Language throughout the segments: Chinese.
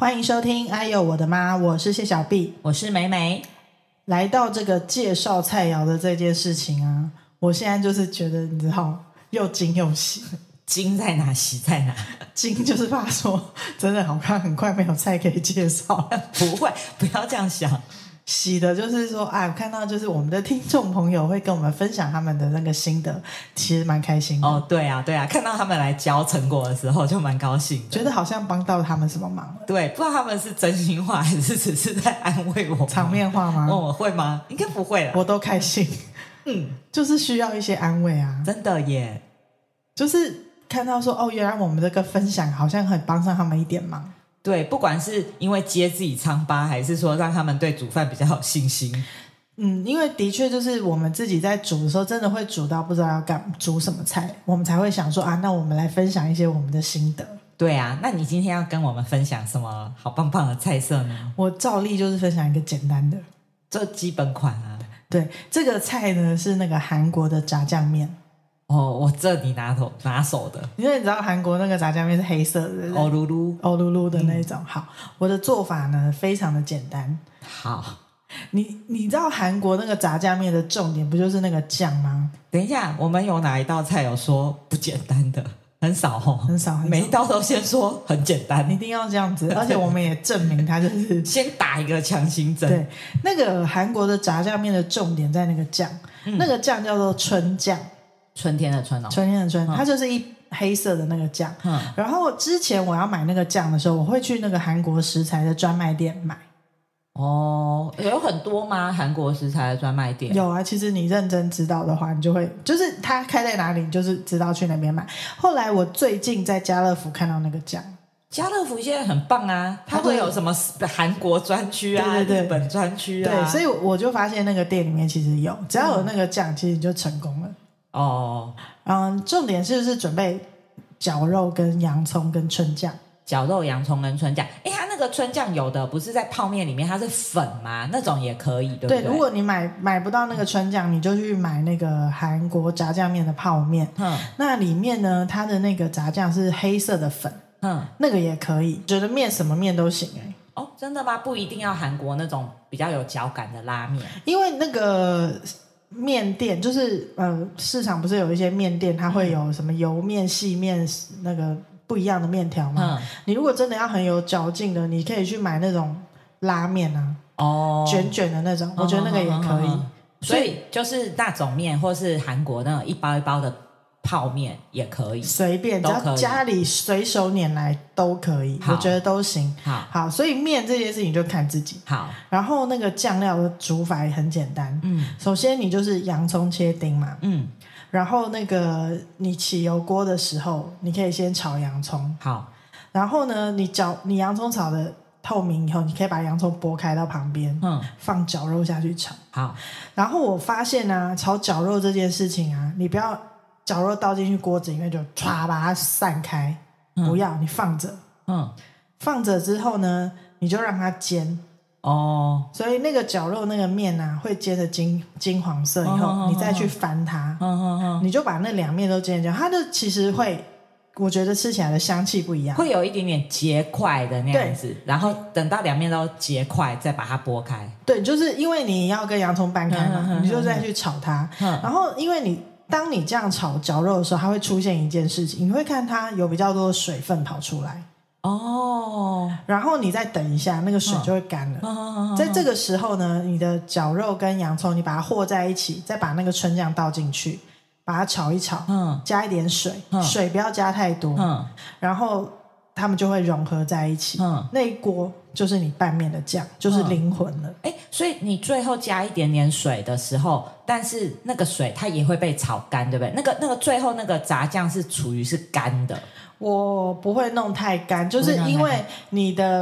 欢迎收听哎呦我的妈，我是谢小碧， 我是美美。 来到这个介绍菜肴的这件事情啊，我现在就是觉得你知道又惊又喜。 惊在哪喜在哪？ 惊就是怕说真的好看很快没有菜可以介绍。 不会，不要这样想。 喜的就是说我看到就是我们的听众朋友会跟我们分享他们的那个心得，其实蛮开心的。 哦，对啊，看到他们来交成果的时候就蛮高兴的， 觉得好像帮到他们什么忙了。 对，不知道他们是真心话还是只是在安慰我。 场面话吗？ 哦，会吗？应该不会啦。 我都开心。就是需要一些安慰啊。 真的耶。 就是看到说原来我们这个分享好像很帮上他们一点忙。 对，不管是因为接自己疮疤，还是说让他们对煮饭比较有信心。 因为的确就是我们自己在煮的时候真的会煮到不知道要煮什么菜，我们才会想说那我们来分享一些我们的心得。 对啊，那你今天要跟我们分享什么好棒棒的菜色呢？ 我照例就是分享一个简单的， 这基本款啊。 对，这个菜呢是那个韩国的炸酱面。 我这里拿手的， 因为你知道韩国那个炸酱面是黑色的， 欧噜噜的那种。好，我的做法呢非常的简单。 好， 你知道韩国那个炸酱面的重点不就是那个酱吗？ 等一下，我们有哪一道菜有说不简单的？很少哦， 很少， 每一道都先说很简单， 一定要这样子。而且我们也证明它就是先打一个强心针。 对，那个韩国的炸酱面的重点在那个酱，那个酱叫做春酱。 春天的春哦， 春天的春，它就是一黑色的那个酱。然后之前我要买那个酱的时候，我会去那个韩国食材的专卖店买。 有很多吗？韩国食材的专卖店有啊，其实你认真知道的话，你就会就是它开在哪里，你就是知道去那边买。后来我最近在家乐福看到那个酱。 家乐福现在很棒啊，它会有什么韩国专区啊， 对日本专区啊。 对，所以我就发现那个店里面其实有，只要有那个酱，其实你就成功了。重点是准备绞肉跟洋葱跟春酱。 绞肉、洋葱跟春酱，它那个春酱有的不是在泡面里面，它是粉吗？那种也可以，对不对？ 对，如果你买不到那个春酱，你就去买那个韩国炸酱面的泡面。那里面呢，它的那个炸酱是黑色的粉。那个也可以，觉得面什么面都行真的吗？不一定要韩国那种比较有嚼感的拉面， 因为那个面店就是市场不是有一些面店，它会有什么油面、细面那个不一样的面条吗？你如果真的要很有嚼劲的，你可以去买那种拉面啊，卷卷的那种，我觉得那个也可以。 所以就是那种面，或是韩国那种一包一包的泡面也可以， 随便，只要家里随手拈来都可以，我觉得都行。好，所以面这件事情就看自己。 好， 然后那个酱料的煮法也很简单。首先你就是洋葱切丁嘛。然后那个你起油锅的时候，你可以先炒洋葱。好，然后呢，你洋葱炒的透明以后，你可以把洋葱剥开到旁边，放绞肉下去炒。好，然后我发现炒绞肉这件事情你不要绞肉倒进去锅子里面就唰把它散开，不要，你放着。放着之后呢，你就让它煎。所以那个绞肉那个面会煎的金黄色以后，你再去翻它。你就把那两面都煎它就其实会，我觉得吃起来的香气不一样， 会有一点点结块的那样子。然后等到两面都结块，再把它剥开。 对，就是因为你要跟洋葱拌开嘛，你就再去炒它。然后因为当你这样炒绞肉的时候，它会出现一件事情，你会看它有比较多的水分跑出来。然后你再等一下，那个水就会干了。在这个时候呢，你的绞肉跟洋葱，你把它和在一起，再把那个春酱倒进去，把它炒一炒，加一点水，水不要加太多。然后它们就会融合在一起。那一锅就是你拌面的酱，就是灵魂了。 所以你最后加一点点水的时候，但是那个水它也会被炒干，对不对？那个最后那个炸酱是处于是干的。 我不会弄太干，就是因为你的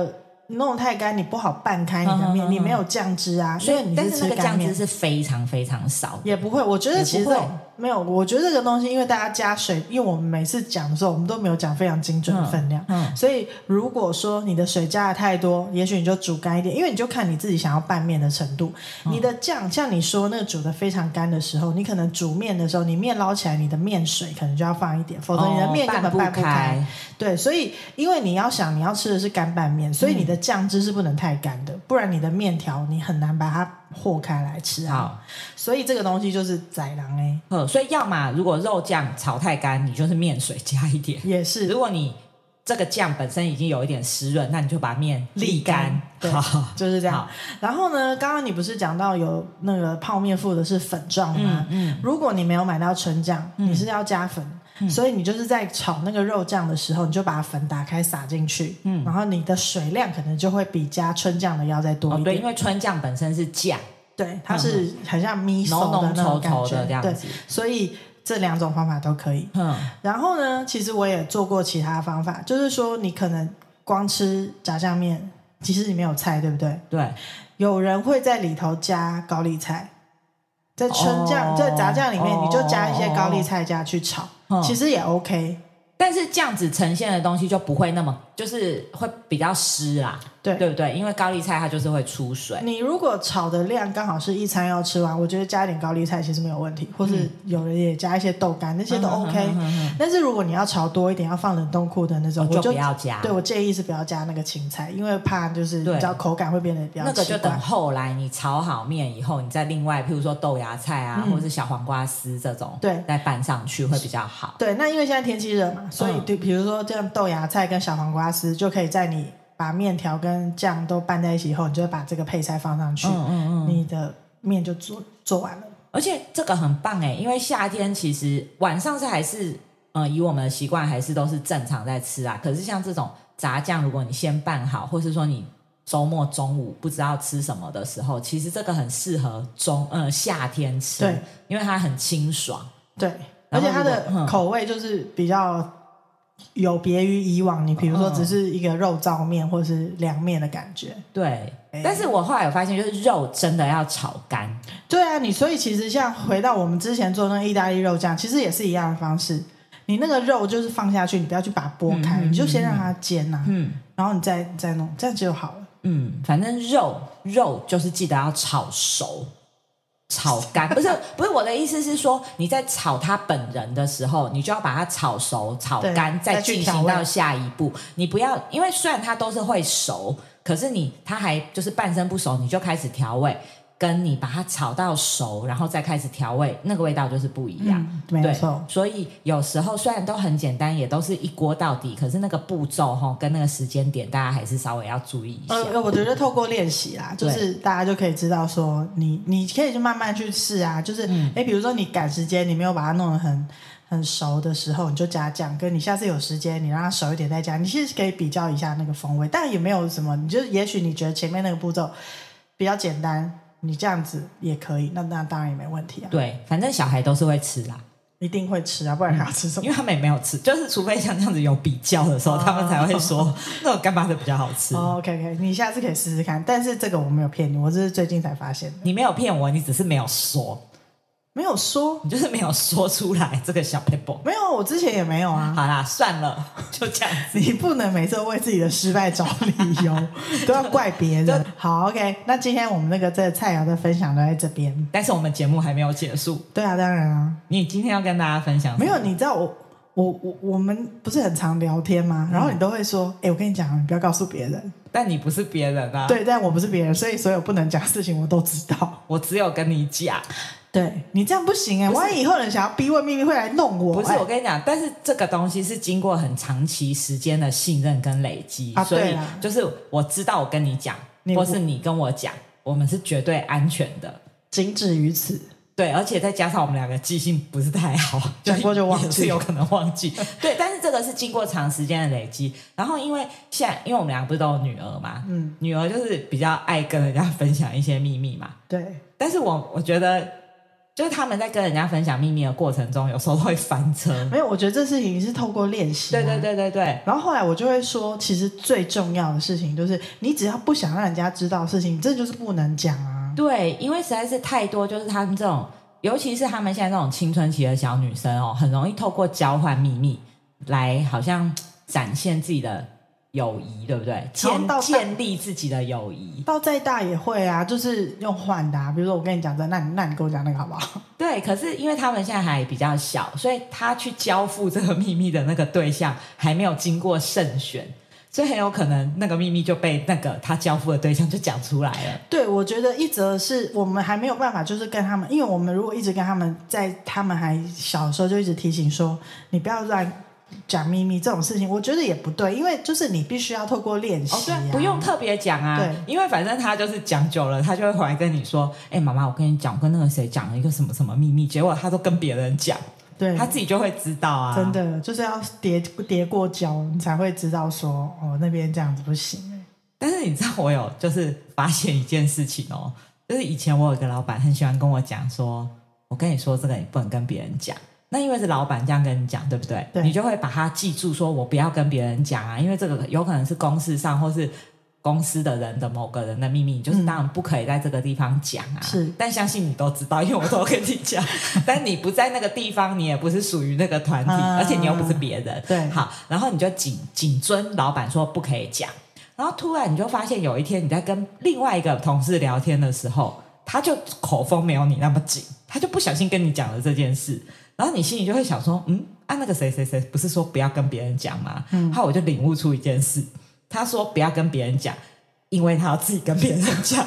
弄太干，你不好拌开你的面，你没有酱汁啊，因为你是吃干面。但是那个酱汁是非常非常少的， 也不会。我觉得其实没有，我觉得这个东西，因为大家加水，因为我们每次讲的时候，我们都没有讲非常精准的分量，所以如果说你的水加的太多，也许你就煮干一点，因为你就看你自己想要拌面的程度。你的酱，像你说那个煮的非常干的时候，你可能煮面的时候，你面捞起来，你的面水可能就要放一点，否则你的面根本拌不开。对，所以因为你要想你要吃的是干拌面，所以你的酱汁是不能太干的，不然你的面条你很难把它和开来吃啊。所以这个东西就是宰狼所以要么如果肉酱炒太干，你就是面水加一点， 也是。 如果你这个酱本身已经有一点湿润，那你就把面沥干。 对，就是这样。然后呢，刚刚你不是讲到有那个泡面附的是粉状吗？如果你没有买到纯酱，你是要加粉。所以你就是在炒那个肉酱的时候，你就把粉打开撒进去，然后你的水量可能就会比加春酱的要再多一点。 对，因为春酱本身是酱， 对，它是很像米浓浓稠稠的这样子， 对，所以这两种方法都可以。然后呢，其实我也做过其他方法，就是说你可能光吃炸酱面，其实你没有菜，对不对？ 对， 有人会在里头加高丽菜，在春酱在炸酱里面，你就加一些高丽菜下去炒。其实也 OK， 但是这样子呈现的东西就不会那么，就是会比较湿啦，对不对？因为高丽菜它就是会出水。 你如果炒的量刚好是一餐要吃完，我觉得加一点高丽菜其实没有问题，或是有人也加一些豆干，那些都 OK。但是如果你要炒多一点，要放冷冻库的那种， 我就不要加。 对，我建议是不要加那个芹菜，因为怕就是你知道口感会变得比较奇怪。 那个就等后来你炒好面以后，你再另外譬如说豆芽菜啊，或者是小黄瓜丝这种， 对， 再拌上去会比较好。 对，那因为现在天气热嘛，所以比如说这样豆芽菜跟小黄瓜丝就可以在你把面条跟酱都拌在一起以后，你就会把这个配菜放上去，你的面就做完了。 而且这个很棒因为夏天其实晚上是还是以我们的习惯还是都是正常在吃啊。可是像这种炸酱，如果你先拌好，或是说你周末中午不知道吃什么的时候，其实这个很适合夏天吃， 对， 因为它很清爽， 对，而且它的口味就是比较有别于以往你比如说只是一个肉燥面或是凉面的感觉。 对，但是我后来有发现就是肉真的要炒干。 对啊，你所以其实像回到我们之前做那个意大利肉酱，其实也是一样的方式，你那个肉就是放下去，你不要去把它剥开，你就先让它煎啊，然后你再弄，这样就好了。 反正肉就是记得要炒熟炒干，不是我的意思是说，你在炒它本人的时候，你就要把它炒熟炒干，再进行到下一步。你不要，因为虽然它都是会熟，可是它还就是半生不熟，你就开始调味，跟你把它炒到熟，然后再开始调味，那个味道就是不一样。 没错。 所以有时候虽然都很简单，也都是一锅到底，可是那个步骤跟那个时间点，大家还是稍微要注意一下。 我觉得透过练习啦，就是大家就可以知道说，你可以就慢慢去试啊。就是比如说你赶时间，你没有把它弄得很熟的时候，你就加酱，跟你下次有时间，你让它熟一点再加，你其实可以比较一下那个风味，但也没有什么，你就也许你觉得前面那个步骤比较简单，你这样子也可以，那当然也没问题啊。 对，反正小孩都是会吃啦， 一定会吃啊，不然还要吃什么？ 因为他们也没有吃，就是除非像这样子有比较的时候，他们才会说那种干巴的比较好吃。 OK， 你下次可以试试看，但是这个我没有骗你，我这是最近才发现的。 你没有骗我，你只是没有说。 没有说， 你就是没有说出来这个小 paper。 没有，我之前也没有啊。 好啦，算了，就这样子。 你不能每次都为自己的失败找理由，都要怪别人。好 ，OK， 那今天我们这个菜肴的分享都在这边， 但是我们节目还没有结束。 对啊，当然啊。 你今天要跟大家分享什么？ 没有，你知道我们不是很常聊天吗？然后你都会说，我跟你讲，你不要告诉别人。 但你不是别人啊。 对，但我不是别人，所以所有不能讲的事情我都知道。 我只有跟你讲。 对，你这样不行万一以后人想要逼问秘密会来弄我。 不是，我跟你讲，但是这个东西是经过很长期时间的信任跟累积，所以就是我知道我跟你讲，或是你跟我讲，我们是绝对安全的， 仅止于此。 对，而且再加上我们两个记性不是太好， 讲过就忘记， 是有可能忘记。对，但是这个是经过长时间的累积。然后因为我们两个不是都有女儿嘛，女儿就是比较爱跟人家分享一些秘密嘛。 对， 但是我觉得。 就是他们在跟人家分享秘密的过程中，有时候会翻车。 没有，我觉得这事情是透过练习。 对对对对对。 然后后来我就会说，其实最重要的事情就是，你只要不想让人家知道的事情，这就是不能讲啊。 对，因为实在是太多，就是他们这种，尤其是他们现在这种青春期的小女生哦，很容易透过交换秘密来好像展现自己的友谊，对不对？建立自己的友谊， 到再大也会啊，就是用换的啊。比如说我跟你讲这，那你跟我讲那个好不好？ 对，可是因为他们现在还比较小，所以他去交付这个秘密的那个对象还没有经过慎选，所以很有可能那个秘密就被那个他交付的对象就讲出来了。 对，我觉得一则是我们还没有办法，就是跟他们，因为我们如果一直跟他们在他们还小的时候就一直提醒说，你不要乱讲秘密这种事情，我觉得也不对，因为就是你必须要透过练习、啊对，不用特别讲啊，对，因为反正他就是讲久了，他就会回来跟你说，妈妈，我跟你讲，我跟那个谁讲了一个什么什么秘密，结果他都跟别人讲，对，他自己就会知道啊， 真的就是要跌过跤，你才会知道说，那边这样子不行。 但是你知道我有就是发现一件事情哦，就是以前我有一个老板很喜欢跟我讲说，我跟你说这个你不能跟别人讲。那因为是老板这样跟你讲，对不对？对，你就会把它记住，说我不要跟别人讲啊，因为这个有可能是公事上或是公司的人的某个人的秘密，就是当然不可以在这个地方讲啊。是，但相信你都知道，因为我都跟你讲。但你不在那个地方，你也不是属于那个团体，而且你又不是别人。对，好，然后你就谨遵老板说不可以讲。然后突然你就发现有一天你在跟另外一个同事聊天的时候，他就口风没有你那么紧，他就不小心跟你讲了这件事。然后你心里就会想说，那个谁谁谁不是说不要跟别人讲吗？后来我就领悟出一件事，他说不要跟别人讲，因为他要自己跟别人讲。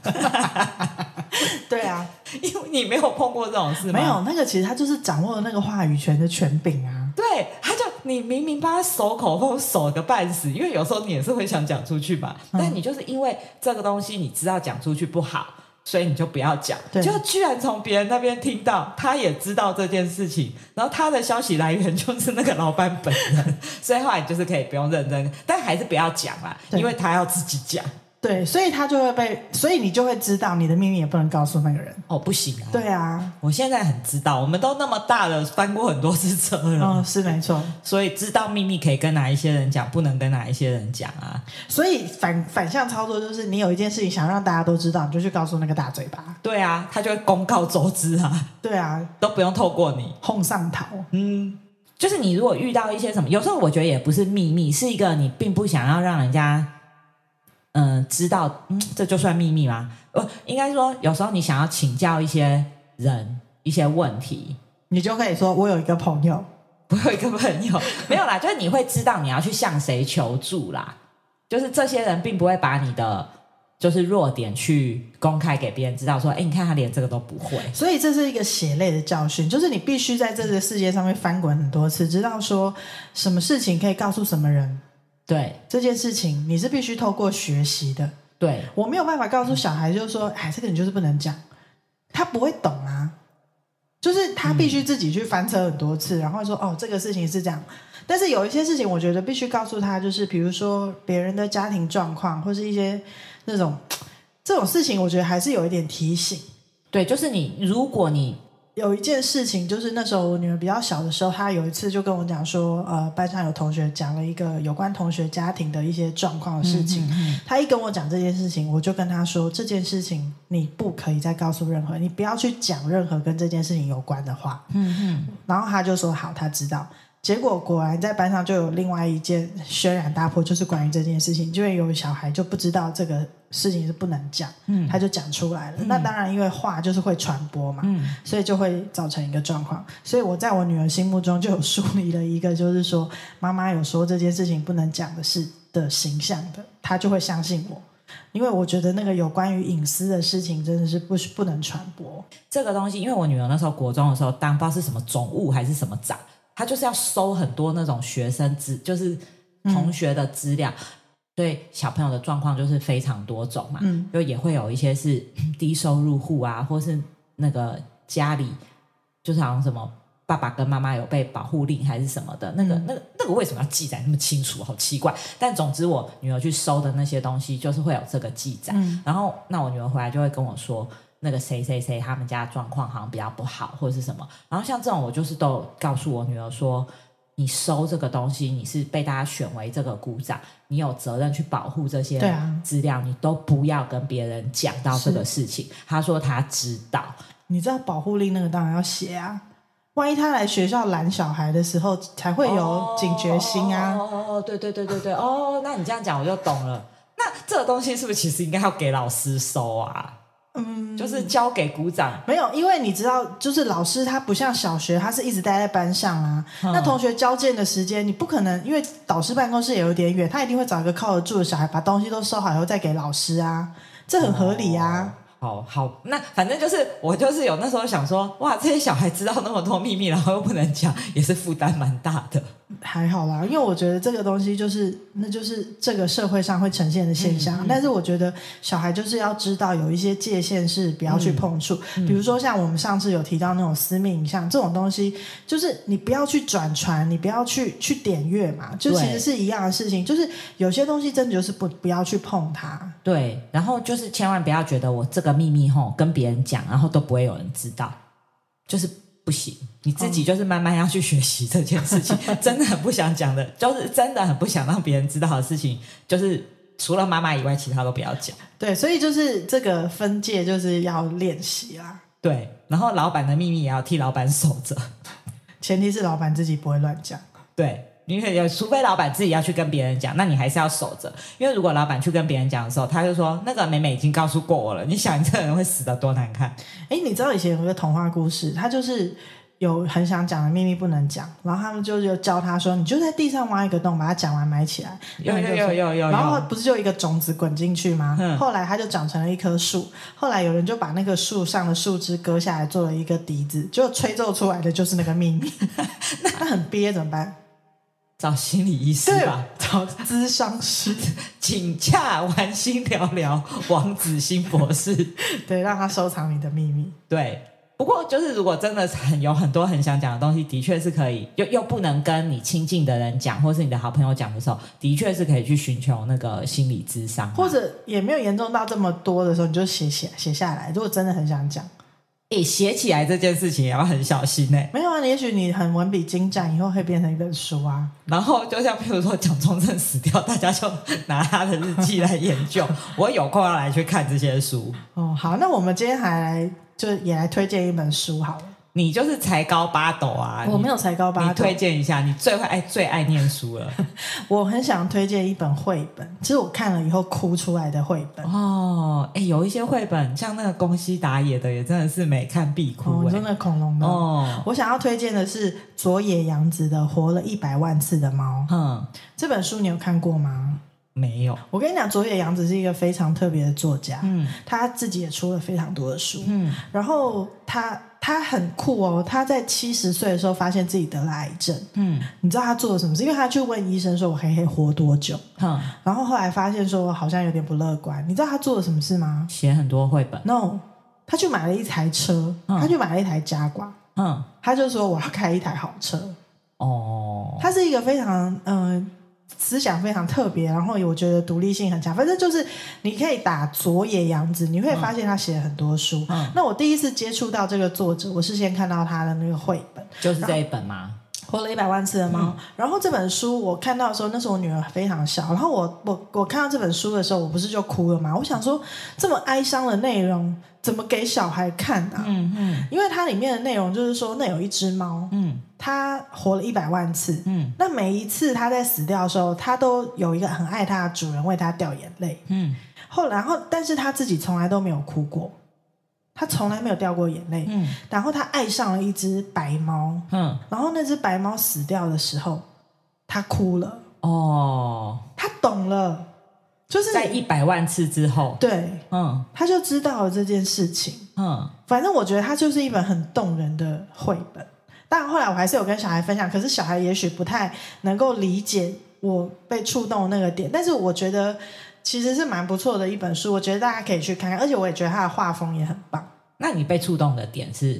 对啊， 因为你没有碰过这种事吗？ 没有，那个其实他就是掌握了那个话语权的权柄啊。 对，他就你明明帮他守口风守个半死，因为有时候你也是会想讲出去嘛，但你就是因为这个东西你知道讲出去不好，所以你就不要讲，就居然从别人那边听到，他也知道这件事情，然后他的消息来源就是那个老板本人，所以后来你就是可以不用认真，但还是不要讲啦，因为他要自己讲。 对，所以他就会所以你就会知道你的秘密也不能告诉那个人。 不行啊。 对啊， 我现在很知道，我们都那么大了，翻过很多次车了。 是没错。 所以知道秘密可以跟哪一些人讲，不能跟哪一些人讲啊。 所以反向操作就是，你有一件事情想让大家都知道，你就去告诉那个大嘴巴。 对啊，他就会公告周知啊。 对啊， 都不用透过你哄上头。 就是你如果遇到一些什么，有时候我觉得也不是秘密，是一个你并不想要让人家知道，这就算秘密吗？应该说有时候你想要请教一些人一些问题， 你就可以说我有一个朋友， 我有一个朋友，没有啦，就是你会知道你要去向谁求助啦，就是这些人并不会把你的就是弱点去公开给别人知道，说你看他连这个都不会。 所以这是一个血泪的教训，就是你必须在这个世界上面翻滚很多次，知道说什么事情可以告诉什么人。对，这件事情你是必须透过学习的。对，我没有办法告诉小孩就是说这个你就是不能讲，他不会懂啊，就是他必须自己去翻车很多次，然后说这个事情是这样。但是有一些事情我觉得必须告诉他，就是比如说别人的家庭状况或是一些那种这种事情，我觉得还是有一点提醒。对，就是如果你有一件事情，就是那时候我女儿比较小的时候，她有一次就跟我讲说班上有同学讲了一个有关同学家庭的一些状况的事情，她一跟我讲这件事情，我就跟她说这件事情你不可以再告诉任何人，你不要去讲任何跟这件事情有关的话。然后她就说好，她知道。结果果然在班上就有另外一件轩然大波，就是关于这件事情，就有小孩就不知道这个事情是不能讲，他就讲出来了。那当然因为话就是会传播嘛，所以就会造成一个状况。所以我在我女儿心目中就有树立了一个，就是说妈妈有说这件事情不能讲的形象的，她就会相信我。因为我觉得那个有关于隐私的事情真的是不能传播这个东西。因为我女儿那时候国中的时候当不知道是什么总务还是什么长，他就是要收很多那种学生就是同学的资料，所以小朋友的状况就是非常多种嘛，就也会有一些是低收入户啊，或是那个家里就是好像什么爸爸跟妈妈有被保护令还是什么的，那个为什么要记载那么清楚，好奇怪。但总之我女儿去收的那些东西就是会有这个记载，然后那我女儿回来就会跟我说， 那个谁谁谁他们家的状况好像比较不好或者是什么，然后像这种我就是都有告诉我女儿说，你收这个东西，你是被大家选为这个股长，你有责任去保护这些资料，你都不要跟别人讲到这个事情。他说他知道， 你知道保护令那个当然要写啊，万一他来学校拦小孩的时候才会有警觉心啊。 对对对对对，那你这样讲我就懂了。那这个东西是不是其实应该要给老师收啊？就是交给股长。 没有，因为你知道就是老师他不像小学，他是一直待在班上啊，那同学交件的时间你不可能，因为导师办公室也有点远，他一定会找一个靠得住的小孩把东西都收好以后再给老师啊，这很合理啊。 好，那反正就是我就是有那时候想说，哇，这些小孩知道那么多秘密然后又不能讲，也是负担蛮大的。 还好啦，因为我觉得这个东西那就是这个社会上会呈现的现象，但是我觉得小孩就是要知道有一些界限是不要去碰触，比如说像我们上次有提到那种私密影像这种东西，就是你不要去转传，你不要去点阅嘛，就其实是一样的事情，就是有些东西真的就是不要去碰它。 对，然后就是千万不要觉得我这个秘密跟别人讲然后都不会有人知道，就是不行，你自己就是慢慢要去学习这件事情。真的很不想讲的，就是真的很不想让别人知道的事情，就是除了妈妈以外其他都不要讲。 对，所以就是这个分界就是要练习啦。 对，然后老板的秘密也要替老板守着， 前提是老板自己不会乱讲。 对，因为除非老板自己要去跟别人讲，那你还是要守着，因为如果老板去跟别人讲的时候，他就说那个美美已经告诉过我了，你想你这个人会死得多难看。你知道以前有一个童话故事，他就是有很想讲的秘密不能讲，然后他们就教他说你就在地上挖一个洞把它讲完埋起来。 有， 然后不是就一个种子滚进去吗？后来它就长成了一棵树，后来有人就把那个树上的树枝割下来做了一个笛子，就吹奏出来的就是那个秘密。那很憋怎么办？ 找心理医师吧， 找咨商师， 请假玩心聊聊王子欣博士。 对，让他收藏你的秘密。 对，不过就是如果真的有很多很想讲的东西，的确是可以，又不能跟你亲近的人讲，或是你的好朋友讲的时候，的确是可以去寻求那个心理咨商， 或者也没有严重到这么多的时候，你就写下来。如果真的很想讲。 写起来这件事情也要很小心没有啊，也许你很文笔精湛，以后会变成一本书啊。 然后就像譬如说蒋中正死掉，大家就拿他的日记来研究。我有空要来去看这些书。 好，那我们今天也来推荐一本书好了。 你就是才高八斗啊！ 我没有才高八斗， 你推荐一下，你最爱念书了。 我很想推荐一本绘本，其实我看了以后哭出来的绘本。 有一些绘本，像那个宫西达也的，也真的是每看必哭。 真的恐龙的。我想要推荐的是佐野洋子的《活了100万次的猫》。这本书你有看过吗？ 没有。 我跟你讲，佐野洋子是一个非常特别的作家。他自己也出了非常多的书。然后他很酷哦，他在70岁的时候发现自己得了癌症。你知道他做了什么事？因为他去问医生说我还可以活多久。然后后来发现说好像有点不乐观。你知道他做了什么事吗？ 写很多绘本。 No， 他去买了一台车。他去买了一台加挂。他就说我要开一台好车。他是一个非常思想非常特别，然后我觉得独立性很强。反正就是你可以打佐野洋子，你会发现他写了很多书。那我第一次接触到这个作者，我是先看到他的那个绘本， 就是这一本吗？ 活了100万次的猫。然后这本书我看到的时候，那时候我女儿非常小，然后我看到这本书的时候，我不是就哭了吗？我想说这么哀伤的内容怎么给小孩看啊？因为它里面的内容就是说，那有一只猫，它活了100万次，那每一次它在死掉的时候，它都有一个很爱它的主人为它掉眼泪，但是它自己从来都没有哭过，他从来没有掉过眼泪。然后他爱上了一只白猫。然后那只白猫死掉的时候，他哭了。他懂了，就是在100万次之后， 对，他就知道了这件事情。反正我觉得它就是一本很动人的绘本。当然后来我还是有跟小孩分享，可是小孩也许不太能够理解我被触动的那个点，但是我觉得其实是蛮不错的一本书，我觉得大家可以去看看，而且我也觉得它的画风也很棒。 那你被触动的点是？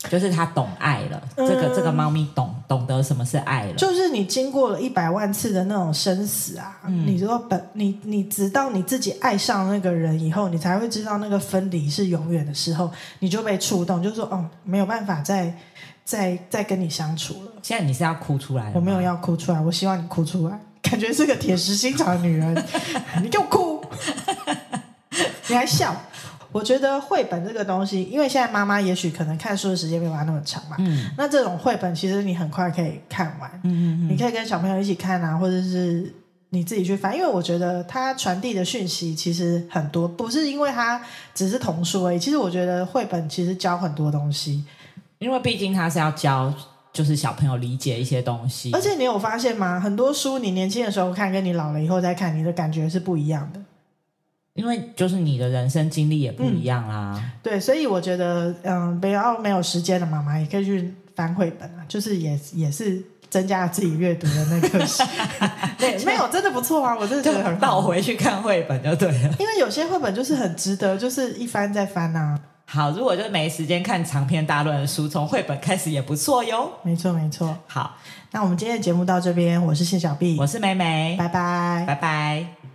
就是他懂爱了，这个猫咪懂得什么是爱了， 就是你经过了100万次的那种生死啊，你说你直到你自己爱上那个人以后，你才会知道那个分离是永远的时候，你就被触动，就说哦，没有办法再跟你相处了。 现在你是要哭出来了吗？ 我没有要哭出来，我希望你哭出来，感觉是个铁石心肠的女人，你给我哭，你还笑。我觉得绘本这个东西，因为现在妈妈也许可能看书的时间没有她那么长嘛，那这种绘本其实你很快可以看完，你可以跟小朋友一起看啊，或者是你自己去翻，因为我觉得它传递的讯息其实很多，不是因为它只是童书而已，其实我觉得绘本其实教很多东西， 因为毕竟它是要教就是小朋友理解一些东西， 而且你有发现吗？很多书你年轻的时候看跟你老了以后再看，你的感觉是不一样的， 因为就是你的人生经历也不一样啦。 对，所以我觉得没有时间的妈妈也可以去翻绘本啊，就是也是增加自己阅读的那个对，没有真的不错啊，我真的觉得很好， 倒回去看绘本就对了， 因为有些绘本就是很值得，就是一翻再翻啊。 好，如果就没时间看长篇大论的书，从绘本开始也不错哟。 没错没错。 好， 那我们今天的节目到这边，我是谢小碧， 我是美美， 拜拜， 拜拜。